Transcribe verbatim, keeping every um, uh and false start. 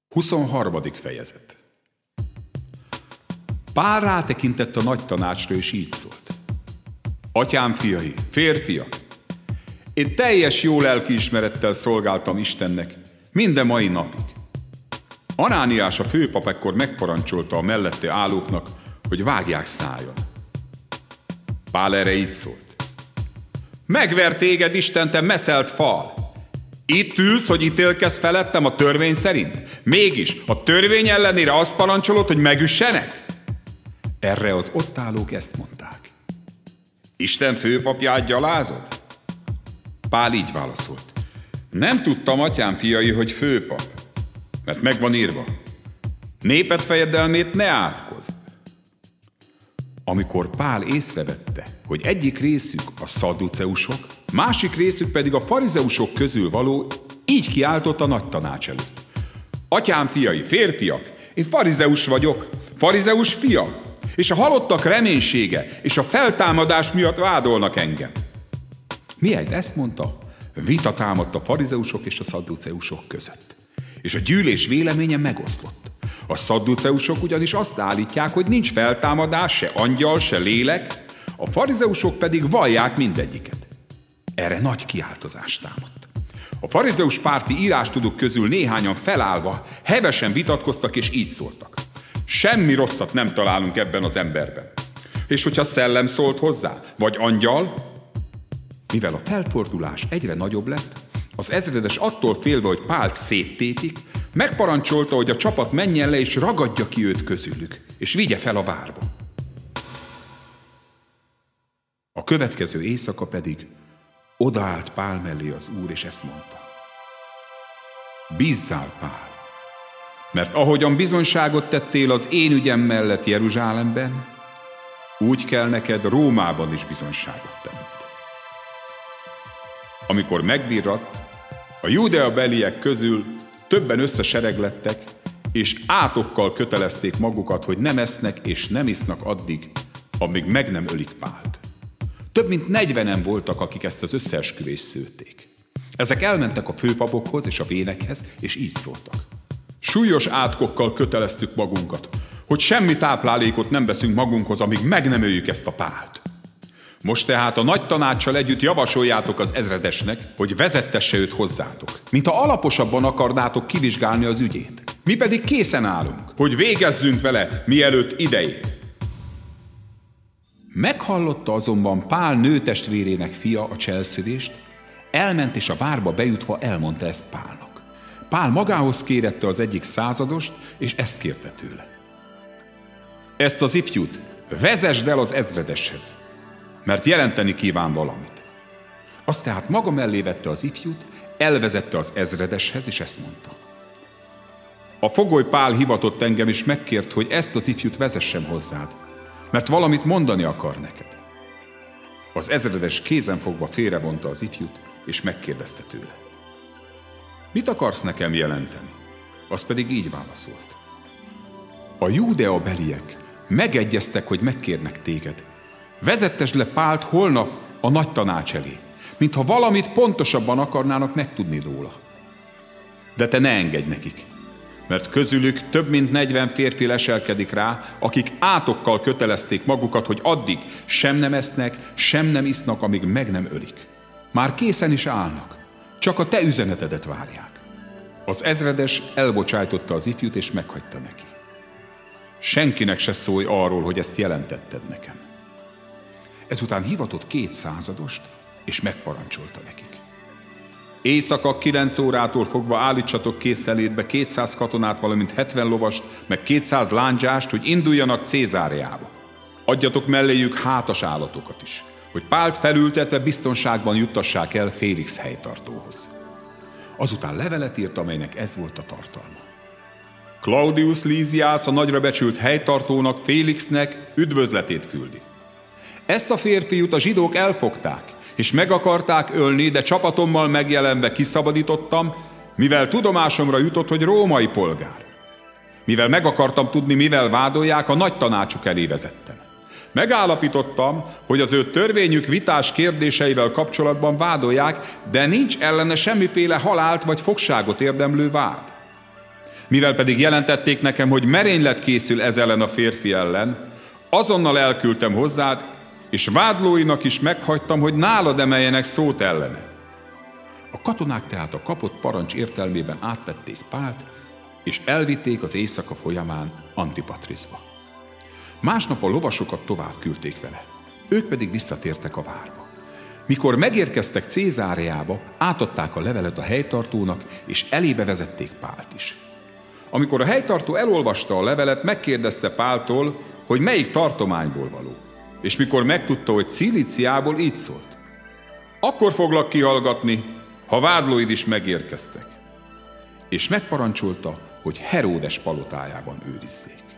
huszonharmadik fejezet. Pál rátekintett a nagy tanácsra, és így szólt. Atyám fiai, férfiak, én teljes jó lelkiismerettel szolgáltam Istennek minden mai napig. Anániás a főpap ekkor megparancsolta a mellette állóknak, hogy vágják szájon. Pál erre így szólt. Megver téged Isten, te meszelt fal! Itt ülsz, hogy ítélkezz felettem a törvény szerint? Mégis a törvény ellenére azt parancsolod, hogy megüssenek? Erre az ott állók ezt mondták. Isten főpapját gyalázod? Pál így válaszolt. Nem tudtam, atyám fiai, hogy főpap, mert meg van írva. Néped fejedelmét ne átkozd. Amikor Pál észrevette, hogy egyik részük a szadduceusok, másik részük pedig a farizeusok közül való, így kiáltott a nagy tanács előtt. Atyám fiai, férfiak, én farizeus vagyok, farizeus fia, és a halottak reménysége és a feltámadás miatt vádolnak engem. Mihelyt ezt mondta, vita támadt a farizeusok és a szadduceusok között. És a gyűlés véleménye megoszlott. A szadduceusok ugyanis azt állítják, hogy nincs feltámadás, se angyal, se lélek, a farizeusok pedig vallják mindegyiket. Erre nagy kiáltozás támadt. A farizeus párti írástudók közül néhányan felállva hevesen vitatkoztak és így szóltak. Semmi rosszat nem találunk ebben az emberben. És hogyha szellem szólt hozzá, vagy angyal? Mivel a felfordulás egyre nagyobb lett, az ezredes attól félve, hogy Pált széttépik, megparancsolta, hogy a csapat menjen le és ragadja ki őt közülük, és vigye fel a várba. A következő éjszaka pedig odaállt Pál mellé az Úr, és ezt mondta. Bízzál, Pál, mert ahogyan bizonyságot tettél az én ügyem mellett Jeruzsálemben, úgy kell neked Rómában is bizonyságot tenned. Amikor megvirratt, a Júdea beliek közül többen összesereglettek, és átokkal kötelezték magukat, hogy nem esznek és nem isznak addig, amíg meg nem ölik Pált. Több mint negyvenen voltak, akik ezt az összeesküvést szőtték. Ezek elmentek a főpapokhoz és a vénekhez, és így szóltak. Súlyos átkokkal köteleztük magunkat, hogy semmi táplálékot nem veszünk magunkhoz, amíg meg nem öljük ezt a Pált. Most tehát a nagy tanácssal együtt javasoljátok az ezredesnek, hogy vezettesse őt hozzátok, mint ha alaposabban akarnátok kivizsgálni az ügyét. Mi pedig készen állunk, hogy végezzünk vele, mielőtt ideér. Meghallotta azonban Pál nőtestvérének fia a cselszövést, elment és a várba bejutva elmondta ezt Pálnak. Pál magához kérette az egyik századost, és ezt kérte tőle. Ezt az ifjút vezesd el az ezredeshez, mert jelenteni kíván valamit. Azt tehát maga mellé vette az ifjút, elvezette az ezredeshez, és ezt mondta. A fogoly Pál hivatott engem, és megkért, hogy ezt az ifjút vezessem hozzád, mert valamit mondani akar neked. Az ezredes kézenfogva félrevonta az ifjút, és megkérdezte tőle. Mit akarsz nekem jelenteni? Az pedig így válaszolt. A Júdea beliek megegyeztek, hogy megkérnek téged. Vezettesd le Pált holnap a nagy tanács elé, mintha valamit pontosabban akarnának megtudni róla. De te ne engedj nekik, mert közülük több mint negyven férfi leselkedik rá, akik átokkal kötelezték magukat, hogy addig sem nem esznek, sem nem isznak, amíg meg nem ölik. Már készen is állnak, csak a te üzenetedet várják. Az ezredes elbocsájtotta az ifjút, és meghagyta neki. Senkinek se szólj arról, hogy ezt jelentetted nekem. Ezután hivatott két századost, és megparancsolta nekik. Éjszaka kilenc órától fogva állítsatok készenlétbe kétszáz katonát, valamint hetven lovast, meg kétszáz lándzsást, hogy induljanak Cézáreába. Adjatok melléjük hátas állatokat is, hogy Pált felültetve biztonságban juttassák el Félix helytartóhoz. Azután levelet írt, amelynek ez volt a tartalma. Claudius Líziász, a nagyra becsült helytartónak, Félixnek üdvözletét küldi. Ezt a férfiút a zsidók elfogták, és meg akarták ölni, de csapatommal megjelenve kiszabadítottam, mivel tudomásomra jutott, hogy római polgár. Mivel meg akartam tudni, mivel vádolják, a nagy tanácsuk elé vezettem. Megállapítottam, hogy az ő törvényük vitás kérdéseivel kapcsolatban vádolják, de nincs ellene semmiféle halált vagy fogságot érdemlő vád. Mivel pedig jelentették nekem, hogy merénylet készül ez ellen a férfi ellen, azonnal elküldtem hozzád, és vádlóinak is meghagytam, hogy nálad emeljenek szót ellene. A katonák tehát a kapott parancs értelmében átvették Pált, és elvitték az éjszaka folyamán Antipatriszba. Másnap a lovasokat tovább küldték vele, ők pedig visszatértek a várba. Mikor megérkeztek Cézáreába, átadták a levelet a helytartónak, és elébe vezették Pált is. Amikor a helytartó elolvasta a levelet, megkérdezte Páltól, hogy melyik tartományból való. És mikor megtudta, hogy Cilíciából, így szólt: akkor foglak kihallgatni, ha vádlóid is megérkeztek. És megparancsolta, hogy Heródes palotájában őrizzék.